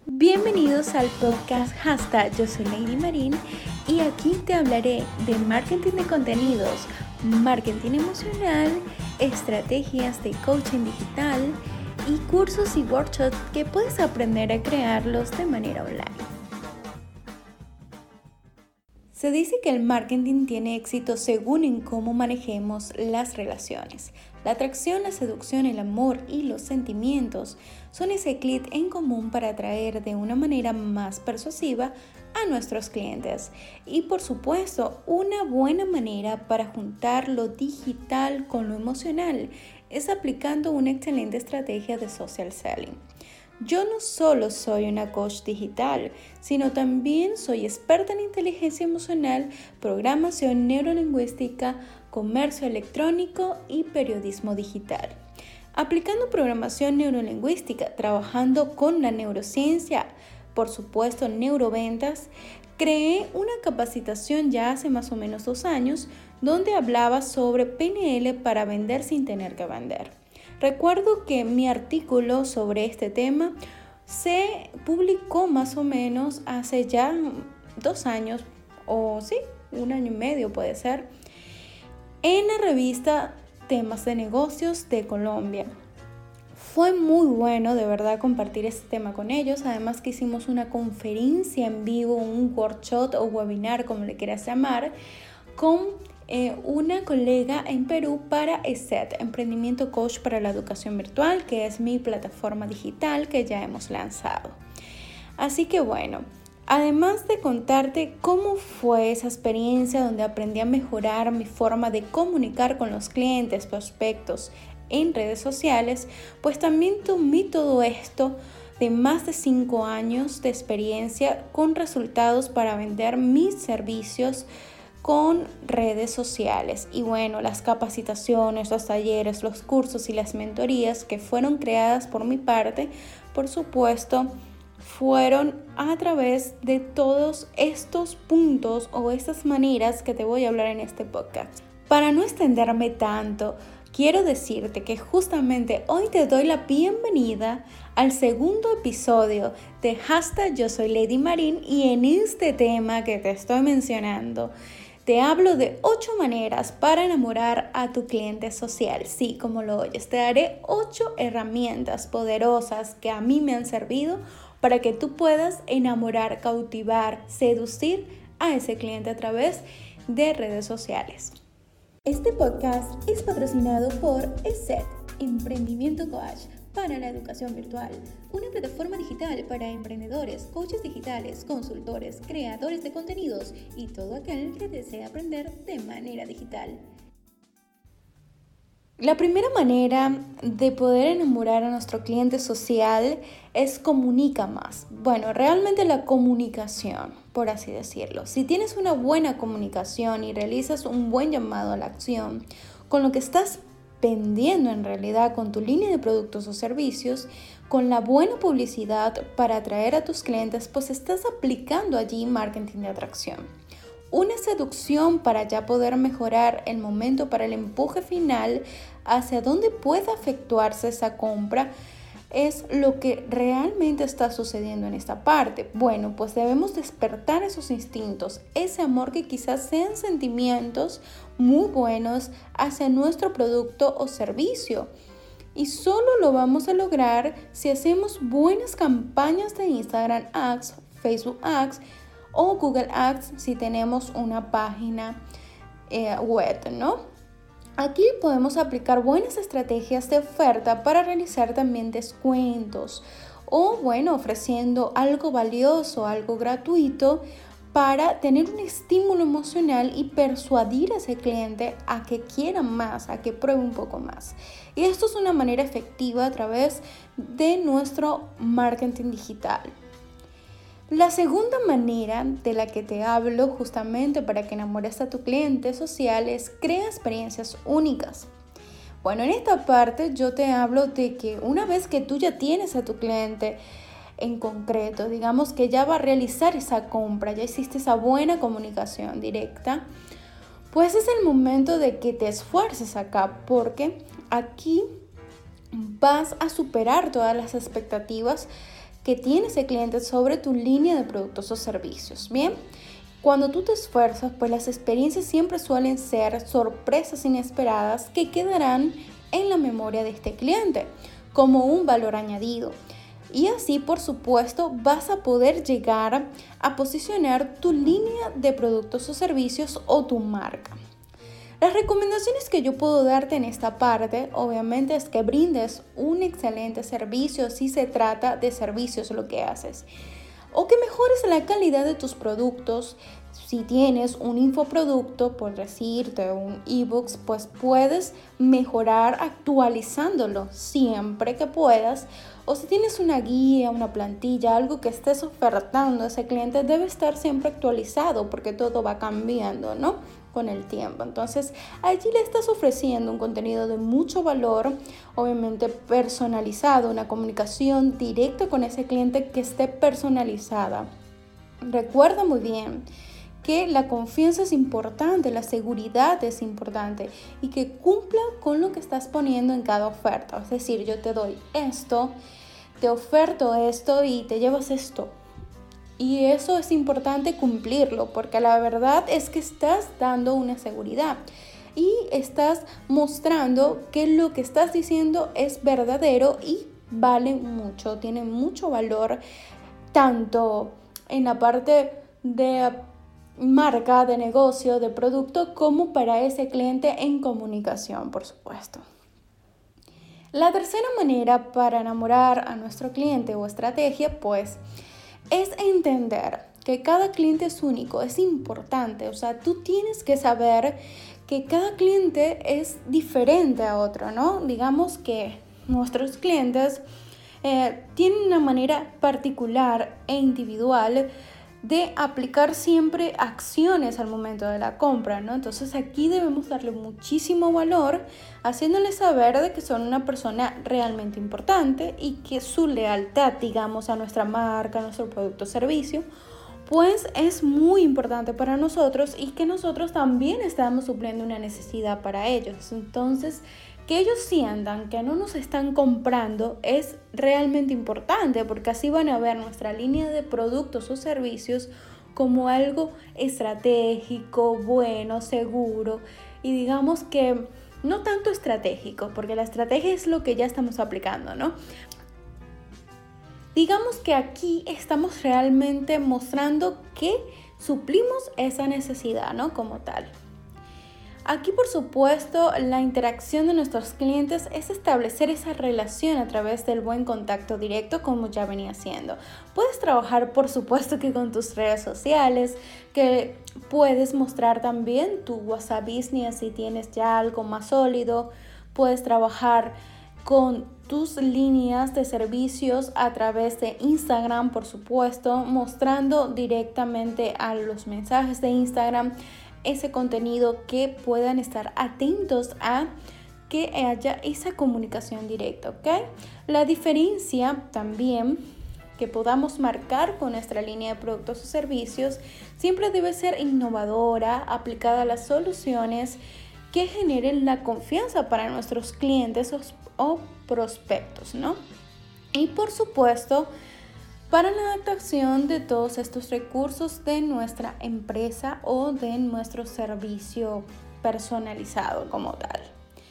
Bienvenidos al podcast #Yo soy Lady Marín y aquí te hablaré de marketing de contenidos, marketing emocional, estrategias de coaching digital y cursos y workshops que puedes aprender a crearlos de manera online. Se dice que el marketing tiene éxito según en cómo manejemos las relaciones. La atracción, la seducción, el amor y los sentimientos son ese clic en común para atraer de una manera más persuasiva a nuestros clientes. Y por supuesto, una buena manera para juntar lo digital con lo emocional es aplicando una excelente estrategia de social selling. Yo no solo soy una coach digital, sino también soy experta en inteligencia emocional, programación neurolingüística, comercio electrónico y periodismo digital. Aplicando programación neurolingüística, trabajando con la neurociencia, por supuesto neuroventas, creé una capacitación ya hace más o menos 2 años donde hablaba sobre PNL para vender sin tener que vender. Recuerdo que mi artículo sobre este tema se publicó más o menos hace ya 2 años, o sí, 1 año y medio puede ser, en la revista Temas de Negocios de Colombia. Fue muy bueno de verdad compartir este tema con ellos, además que hicimos una conferencia en vivo, un workshop o webinar como le quieras llamar, con una colega en Perú para ESET, Emprendimiento Coach para la Educación Virtual, que es mi plataforma digital que ya hemos lanzado. Así que bueno, además de contarte cómo fue esa experiencia donde aprendí a mejorar mi forma de comunicar con los clientes, prospectos en redes sociales, pues también tomé todo esto de más de 5 años de experiencia con resultados para vender mis servicios con redes sociales. Y bueno, las capacitaciones, los talleres, los cursos y las mentorías que fueron creadas por mi parte, por supuesto, fueron a través de todos estos puntos o estas maneras que te voy a hablar en este podcast. Para no extenderme tanto, quiero decirte que justamente hoy te doy la bienvenida al segundo episodio de #Yo soy Lady Marín, y en este tema que te estoy mencionando te hablo de 8 maneras para enamorar a tu cliente social. Sí, como lo oyes, te daré 8 herramientas poderosas que a mí me han servido para que tú puedas enamorar, cautivar, seducir a ese cliente a través de redes sociales. Este podcast es patrocinado por ESET, Emprendimiento Coach para la Educación Virtual, una plataforma digital para emprendedores, coaches digitales, consultores, creadores de contenidos y todo aquel que desea aprender de manera digital. La primera manera de poder enamorar a nuestro cliente social es comunica más. Bueno, realmente la comunicación, por así decirlo. Si tienes una buena comunicación y realizas un buen llamado a la acción, con lo que estás vendiendo en realidad con tu línea de productos o servicios, con la buena publicidad para atraer a tus clientes, pues estás aplicando allí marketing de atracción. Una seducción para ya poder mejorar el momento para el empuje final hacia donde pueda efectuarse esa compra es lo que realmente está sucediendo en esta parte. Bueno, pues debemos despertar esos instintos, ese amor que quizás sean sentimientos muy buenos hacia nuestro producto o servicio. Y solo lo vamos a lograr si hacemos buenas campañas de Instagram Ads, Facebook Ads o Google Ads si tenemos una página web, ¿no? Aquí podemos aplicar buenas estrategias de oferta para realizar también descuentos o bueno, ofreciendo algo valioso, algo gratuito para tener un estímulo emocional y persuadir a ese cliente a que quiera más, a que pruebe un poco más. Y esto es una manera efectiva a través de nuestro marketing digital. La segunda manera de la que te hablo justamente para que enamores a tu cliente social es crear experiencias únicas. Bueno, en esta parte yo te hablo de que una vez que tú ya tienes a tu cliente en concreto, digamos que ya va a realizar esa compra, ya hiciste esa buena comunicación directa, pues es el momento de que te esfuerces acá, porque aquí vas a superar todas las expectativas que tiene ese cliente sobre tu línea de productos o servicios. Bien, cuando tú te esfuerzas, pues las experiencias siempre suelen ser sorpresas inesperadas que quedarán en la memoria de este cliente como un valor añadido. Y así, por supuesto, vas a poder llegar a posicionar tu línea de productos o servicios o tu marca. Las recomendaciones que yo puedo darte en esta parte, obviamente, es que brindes un excelente servicio si se trata de servicios lo que haces. O que mejores la calidad de tus productos. Si tienes un infoproducto, por decirte, un ebook, pues puedes mejorar actualizándolo siempre que puedas. O si tienes una guía, una plantilla, algo que estés ofertando a ese cliente, debe estar siempre actualizado porque todo va cambiando, ¿no? Con el tiempo. Entonces, allí le estás ofreciendo un contenido de mucho valor, obviamente personalizado, una comunicación directa con ese cliente que esté personalizada. Recuerda muy bien que la confianza es importante, la seguridad es importante y que cumpla con lo que estás poniendo en cada oferta. Es decir, yo te doy esto, te oferto esto y te llevas esto. Y eso es importante cumplirlo porque la verdad es que estás dando una seguridad y estás mostrando que lo que estás diciendo es verdadero y vale mucho, tiene mucho valor tanto en la parte de marca, de negocio, de producto, como para ese cliente en comunicación, por supuesto. La tercera manera para enamorar a nuestro cliente o estrategia, pues, es entender que cada cliente es único, es importante. O sea, tú tienes que saber que cada cliente es diferente a otro, ¿no? Digamos que nuestros clientes tienen una manera particular e individual de aplicar siempre acciones al momento de la compra, ¿no? Entonces aquí debemos darle muchísimo valor, haciéndoles saber de que son una persona realmente importante y que su lealtad, digamos, a nuestra marca, a nuestro producto o servicio, pues es muy importante para nosotros y que nosotros también estamos supliendo una necesidad para ellos. Entonces, que ellos sientan que no nos están comprando es realmente importante porque así van a ver nuestra línea de productos o servicios como algo estratégico, bueno, seguro y digamos que no tanto estratégico porque la estrategia es lo que ya estamos aplicando, ¿no? Digamos que aquí estamos realmente mostrando que suplimos esa necesidad, ¿no? Como tal. Aquí, por supuesto, la interacción de nuestros clientes es establecer esa relación a través del buen contacto directo, como ya venía haciendo. Puedes trabajar, por supuesto, que con tus redes sociales, que puedes mostrar también tu WhatsApp Business si tienes ya algo más sólido. Puedes trabajar con tus líneas de servicios a través de Instagram, por supuesto, mostrando directamente a los mensajes de Instagram ese contenido que puedan estar atentos a que haya esa comunicación directa, ¿ok? La diferencia también que podamos marcar con nuestra línea de productos o servicios siempre debe ser innovadora, aplicada a las soluciones que generen la confianza para nuestros clientes o prospectos, ¿no? Y por supuesto, para la adaptación de todos estos recursos de nuestra empresa o de nuestro servicio personalizado como tal.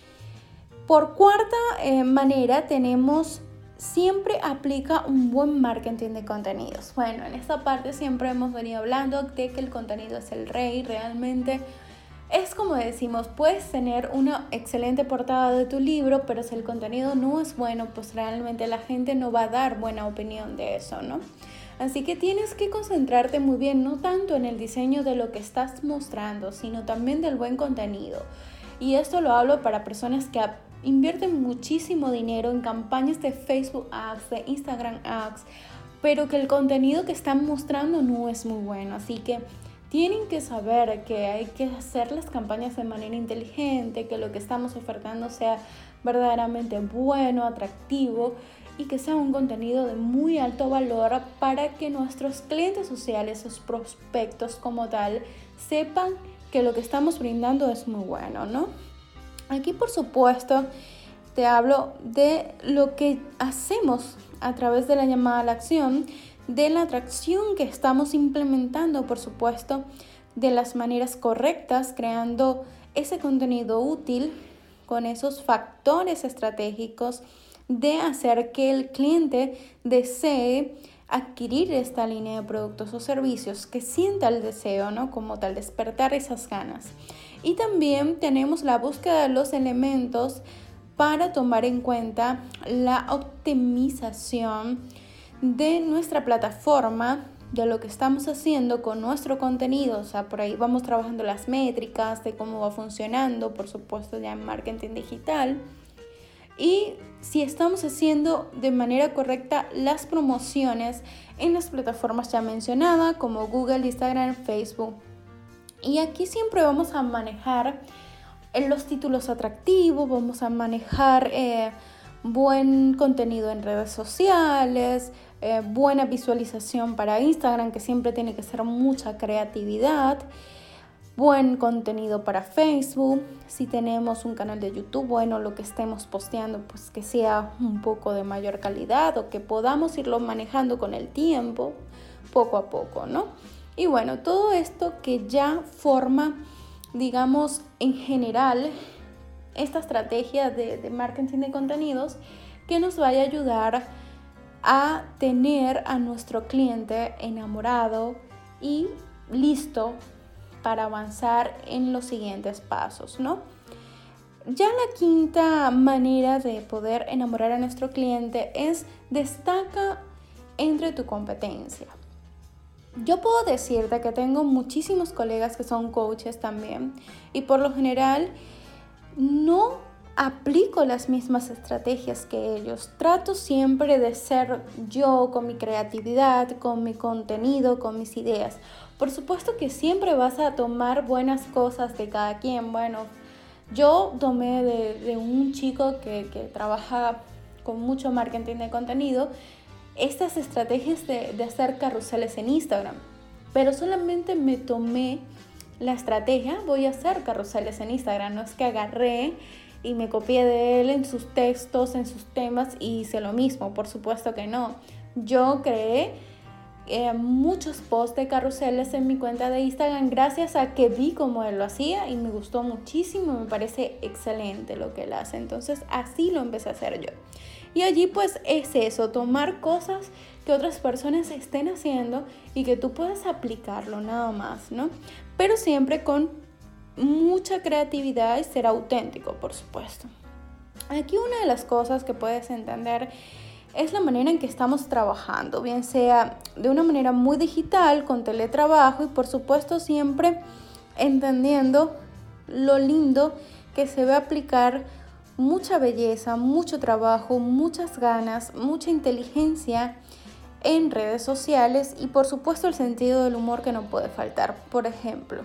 Por cuarta manera tenemos, siempre aplica un buen marketing de contenidos. Bueno, en esta parte siempre hemos venido hablando de que el contenido es el rey, realmente. Es como decimos, puedes tener una excelente portada de tu libro, pero si el contenido no es bueno, pues realmente la gente no va a dar buena opinión de eso, ¿no? Así que tienes que concentrarte muy bien, no tanto en el diseño de lo que estás mostrando, sino también del buen contenido. Y esto lo hablo para personas que invierten muchísimo dinero en campañas de Facebook Ads, de Instagram Ads, pero que el contenido que están mostrando no es muy bueno. Así que tienen que saber que hay que hacer las campañas de manera inteligente, que lo que estamos ofertando sea verdaderamente bueno, atractivo y que sea un contenido de muy alto valor para que nuestros clientes sociales, sus prospectos como tal, sepan que lo que estamos brindando es muy bueno, ¿no? Aquí, por supuesto, te hablo de lo que hacemos a través de la llamada a la acción, de la atracción que estamos implementando, por supuesto, de las maneras correctas, creando ese contenido útil con esos factores estratégicos de hacer que el cliente desee adquirir esta línea de productos o servicios, que sienta el deseo, ¿no? Como tal, despertar esas ganas. Y también tenemos la búsqueda de los elementos para tomar en cuenta la optimización de nuestra plataforma, de lo que estamos haciendo con nuestro contenido. O sea, por ahí vamos trabajando las métricas de cómo va funcionando, por supuesto ya en marketing digital. Y si estamos haciendo de manera correcta las promociones en las plataformas ya mencionadas como Google, Instagram, Facebook. Y aquí siempre vamos a manejar los títulos atractivos, vamos a manejar buen contenido en redes sociales, buena visualización para Instagram, que siempre tiene que ser mucha creatividad, buen contenido para Facebook. Si tenemos un canal de YouTube, bueno, lo que estemos posteando, pues que sea un poco de mayor calidad o que podamos irlo manejando con el tiempo, poco a poco, ¿no? Y bueno, todo esto que ya forma, digamos, en general, esta estrategia de marketing de contenidos que nos vaya a ayudar a tener a nuestro cliente enamorado y listo para avanzar en los siguientes pasos, ¿no? Ya la quinta manera de poder enamorar a nuestro cliente es destaca entre tu competencia. Yo puedo decirte que tengo muchísimos colegas que son coaches también y por lo general no aplico las mismas estrategias que ellos. Trato siempre de ser yo con mi creatividad, con mi contenido, con mis ideas. Por supuesto que siempre vas a tomar buenas cosas de cada quien. Bueno, yo tomé de un chico que trabaja con mucho marketing de contenido estas estrategias de hacer carruseles en Instagram, pero solamente me tomé la estrategia, voy a hacer carruseles en Instagram, no es que agarré y me copié de él en sus textos, en sus temas y hice lo mismo, por supuesto que no. Yo creé muchos posts de carruseles en mi cuenta de Instagram gracias a que vi cómo él lo hacía y me gustó muchísimo, me parece excelente lo que él hace, entonces así lo empecé a hacer yo. Y allí pues es eso, tomar cosas que otras personas estén haciendo y que tú puedas aplicarlo nada más, ¿no? Pero siempre con mucha creatividad y ser auténtico, por supuesto. Aquí una de las cosas que puedes entender es la manera en que estamos trabajando, bien sea de una manera muy digital, con teletrabajo y por supuesto siempre entendiendo lo lindo que se ve aplicar mucha belleza, mucho trabajo, muchas ganas, mucha inteligencia en redes sociales y por supuesto el sentido del humor que no puede faltar. Por ejemplo,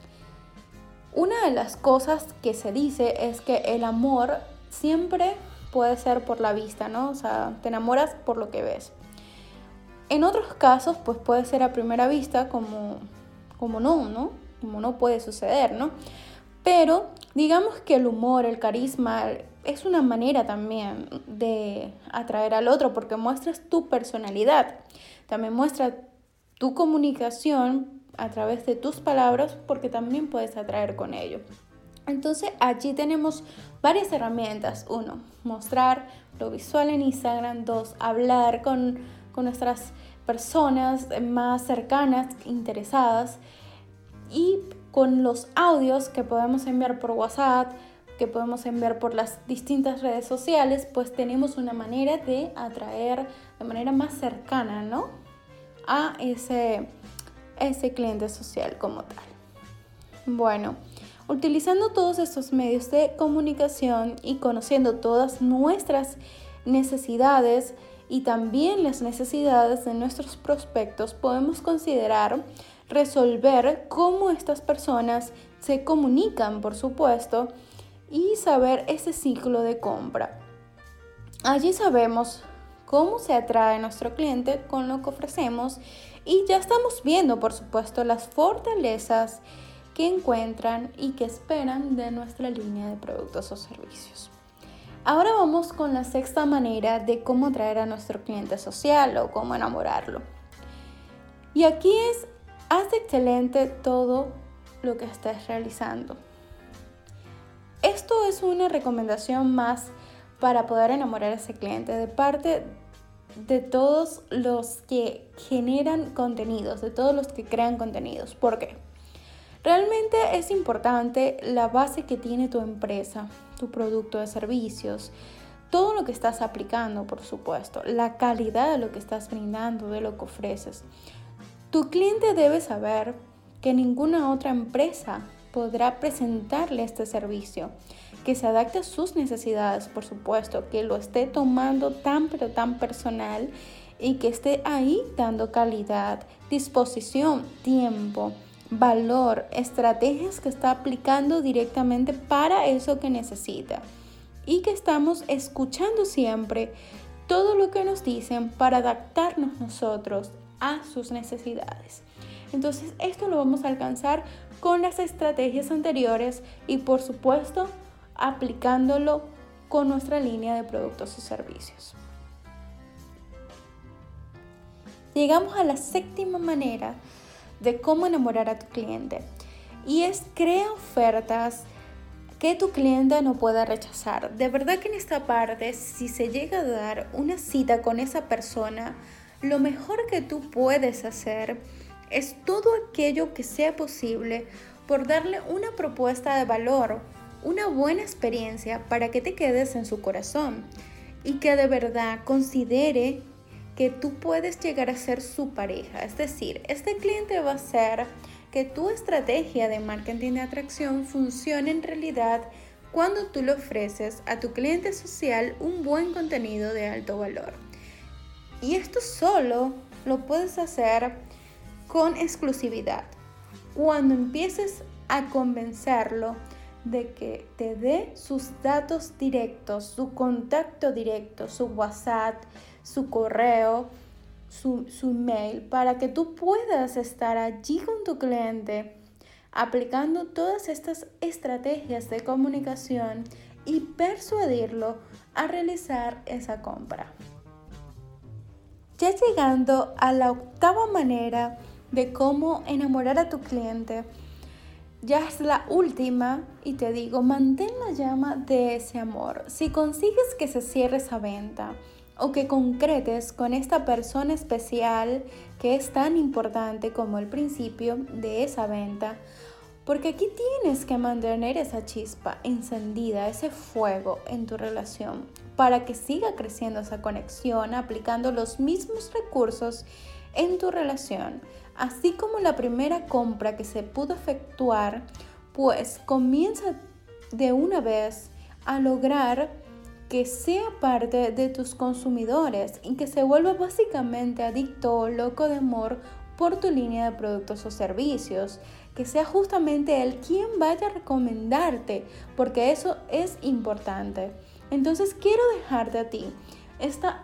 una de las cosas que se dice es que el amor siempre puede ser por la vista, ¿no? O sea, te enamoras por lo que ves. En otros casos, pues puede ser a primera vista como no, como no puede suceder, ¿no? Pero digamos que el humor, el carisma, es una manera también de atraer al otro porque muestras tu personalidad. También muestra tu comunicación a través de tus palabras porque también puedes atraer con ello. Entonces allí tenemos varias herramientas. 1, mostrar lo visual en Instagram. 2, hablar con nuestras personas más cercanas, interesadas. Y con los audios que podemos enviar por WhatsApp, que podemos enviar por las distintas redes sociales, pues tenemos una manera de atraer de manera más cercana, ¿no? A ese cliente social como tal. Bueno, utilizando todos estos medios de comunicación y conociendo todas nuestras necesidades y también las necesidades de nuestros prospectos, podemos considerar resolver cómo estas personas se comunican, por supuesto, y saber ese ciclo de compra. Allí sabemos cómo se atrae nuestro cliente con lo que ofrecemos y ya estamos viendo, por supuesto, las fortalezas que encuentran y que esperan de nuestra línea de productos o servicios. Ahora vamos con la sexta manera de cómo atraer a nuestro cliente social o cómo enamorarlo. Y aquí haz excelente todo lo que estés realizando. Esto es una recomendación más para poder enamorar a ese cliente de parte de todos los que generan contenidos, de todos los que crean contenidos. ¿Por qué? Realmente es importante la base que tiene tu empresa, tu producto de servicios, todo lo que estás aplicando, por supuesto, la calidad de lo que estás brindando, de lo que ofreces. Tu cliente debe saber que ninguna otra empresa podrá presentarle este servicio, que se adapte a sus necesidades, por supuesto, que lo esté tomando tan pero tan personal y que esté ahí dando calidad, disposición, tiempo, valor, estrategias que está aplicando directamente para eso que necesita y que estamos escuchando siempre todo lo que nos dicen para adaptarnos nosotros a sus necesidades. Entonces esto lo vamos a alcanzar con las estrategias anteriores y por supuesto aplicándolo con nuestra línea de productos y servicios. Llegamos a la séptima manera de cómo enamorar a tu cliente y es crea ofertas que tu cliente no pueda rechazar. De verdad que en esta parte, si se llega a dar una cita con esa persona, lo mejor que tú puedes hacer es todo aquello que sea posible por darle una propuesta de valor, una buena experiencia para que te quedes en su corazón y que de verdad considere que tú puedes llegar a ser su pareja. Es decir, este cliente va a hacer que tu estrategia de marketing de atracción funcione en realidad cuando tú le ofreces a tu cliente social un buen contenido de alto valor. Y esto solo lo puedes hacer con exclusividad. Cuando empieces a convencerlo de que te dé sus datos directos, su contacto directo, su WhatsApp, su correo, su email, para que tú puedas estar allí con tu cliente aplicando todas estas estrategias de comunicación y persuadirlo a realizar esa compra. Ya llegando a la octava manera de cómo enamorar a tu cliente, ya es la última y te digo, mantén la llama de ese amor. Si consigues que se cierre esa venta o que concretes con esta persona especial que es tan importante como el principio de esa venta, porque aquí tienes que mantener esa chispa encendida, ese fuego en tu relación para que siga creciendo esa conexión aplicando los mismos recursos en tu relación. Así como la primera compra que se pudo efectuar, pues comienza de una vez a lograr que sea parte de tus consumidores y que se vuelva básicamente adicto o loco de amor por tu línea de productos o servicios, que sea justamente él quien vaya a recomendarte, porque eso es importante. Entonces quiero dejarte a ti esta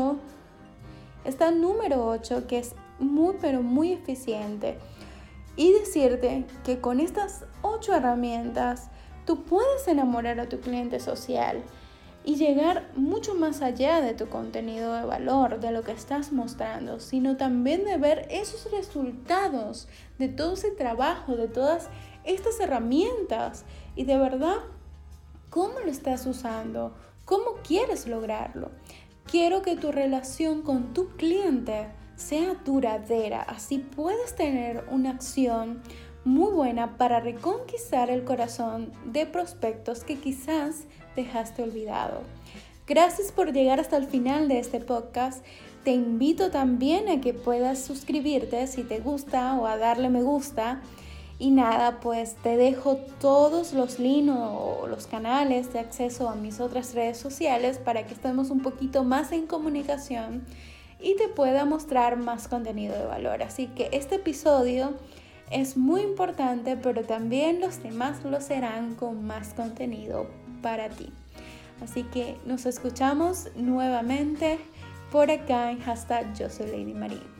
número 8 que es muy pero muy eficiente y decirte que con estas 8 herramientas tú puedes enamorar a tu cliente social y llegar mucho más allá de tu contenido de valor, de lo que estás mostrando, sino también de ver esos resultados de todo ese trabajo, de todas estas herramientas y de verdad cómo lo estás usando, cómo quieres lograrlo. Quiero que tu relación con tu cliente sea duradera, así puedes tener una acción muy buena para reconquistar el corazón de prospectos que quizás dejaste olvidado. Gracias por llegar hasta el final de este podcast. Te invito también a que puedas suscribirte si te gusta o a darle me gusta. Y nada, pues te dejo todos los links o los canales de acceso a mis otras redes sociales para que estemos un poquito más en comunicación y te pueda mostrar más contenido de valor. Así que este episodio es muy importante, pero también los demás lo serán con más contenido para ti. Así que nos escuchamos nuevamente por acá en #YoSoyLadyMarie.